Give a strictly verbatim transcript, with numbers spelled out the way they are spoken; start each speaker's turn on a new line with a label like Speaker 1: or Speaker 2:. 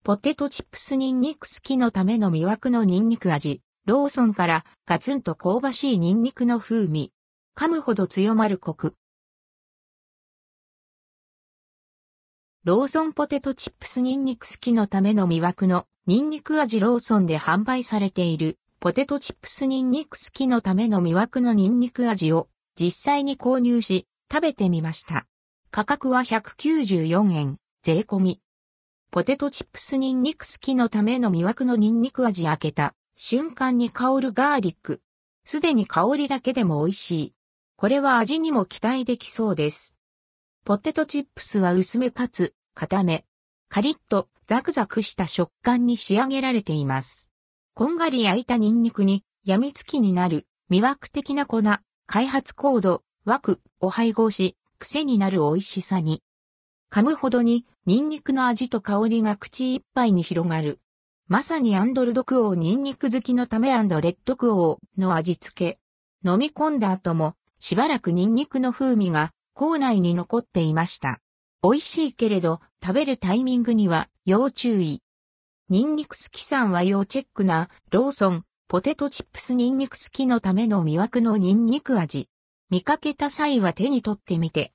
Speaker 1: ポテトチップスニンニク好きのための魅惑のニンニク味。ローソンからガツンと香ばしいニンニクの風味。噛むほど強まるコク。ローソンポテトチップスニンニク好きのための魅惑のニンニク味。ローソンで販売されているポテトチップスニンニク好きのための魅惑のニンニク味を実際に購入し食べてみました。価格はひゃくきゅうじゅうよんえん税込み。ポテトチップスニンニク好きのための魅惑のニンニク味。開けた瞬間に香るガーリック。すでに香りだけでも美味しい。これは味にも期待できそうです。ポテトチップスは薄めかつ固め。カリッとザクザクした食感に仕上げられています。こんがり焼いたニンニクに病みつきになる魅惑的な粉、開発コード、枠を配合し、癖になる美味しさに。噛むほどにニンニクの味と香りが口いっぱいに広がる。まさにアンドルドクオーニンニク好きのためレッドクオーの味付け。飲み込んだ後もしばらくニンニクの風味が口内に残っていました。美味しいけれど食べるタイミングには要注意。ニンニク好きさんは要チェックなローソンポテトチップスニンニク好きのための魅惑のニンニク味。見かけた際は手に取ってみて